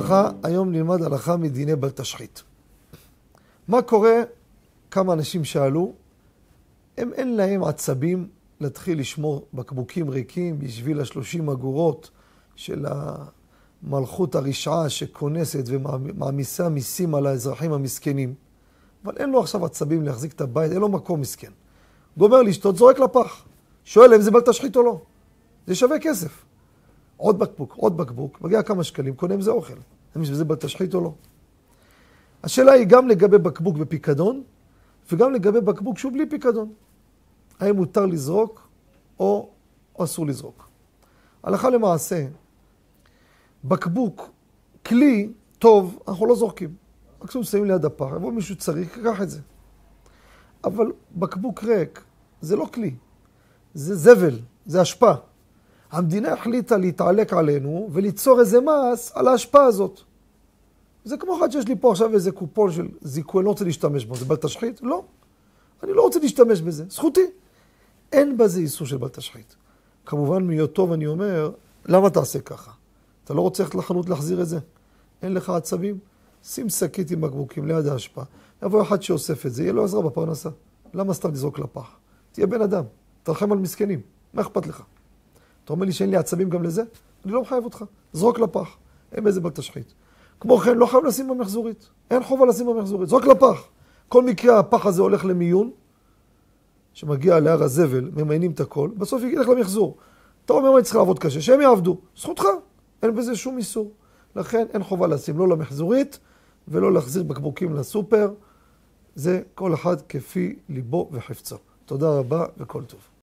וברכה, היום נלמד הלכה מדיני בל תשחית. מה קורה? כמה אנשים שאלו, אין להם עצבים להתחיל לשמור בקבוקים ריקים בשביל 30 אגורות של המלכות הרשעה שכונסת ומעמיסה מיסים על האזרחים המסכנים. אבל אין לו עכשיו עצבים להחזיק את הבית, אין לו מקום מסכן. גומר לשתות, זורק לפח. שואל אם זה בל תשחית או לא. זה שווה כסף. עוד בקבוק, מגיע כמה שקלים, קונה עם זה אוכל. זה בל תשחית או לא. השאלה היא גם לגבי בקבוק בפיקדון, וגם לגבי בקבוק שהוא בלי פיקדון. האם מותר לזרוק או אסור לזרוק. הלכה למעשה, בקבוק, כלי טוב, אנחנו לא זורקים. רק כשאנחנו שמים ליד הפח, יבוא מישהו צריך, קח את זה. אבל בקבוק ריק, זה לא כלי. זה זבל, זה השפעה. המדינה החליטה להתעלק עלינו וליצור איזה מס על ההשפעה הזאת. זה כמו אחד שיש לי פה עכשיו איזה קופון של זיכוי, אני לא רוצה להשתמש בו. זה בל תשחית? לא. אני לא רוצה להשתמש בזה. זכותי. אין בזה איסור של בל תשחית. כמובן, מהיות טוב אני אומר, למה תעשה ככה? אתה לא רוצה ללכת לחנות להחזיר את זה? אין לך עצבים? שים שקית עם בקבוקים ליד ההשפעה. יבוא אחד שאוסף את זה, יהיה לו עזרה בפרנסה. למה סתם לזרוק לפח? תהיה בן אדם. תרחם על מסכנים. מה אכפת לך? אתה אומר לי שאין לי עצבים גם לזה? אני לא מחייב אותך. זרוק לפח. אין בזה בל תשחית. כמו כן, לא חייב לשים במחזורית. אין חובה לשים במחזורית. זרוק לפח. כל מקרה הפח הזה הולך למיון, שמגיע להר הזבל, ממיינים את הכל, בסוף ילך למחזור. אתה אומר מה צריך לעבוד קשה? שהם יעבדו. זכותך. אין בזה שום איסור. לכן אין חובה לשים לא למחזורית ולא להחזיר בקבוקים לסופר. זה כל אחד כפי ליבו וחפצו. תודה רבה וכל טוב.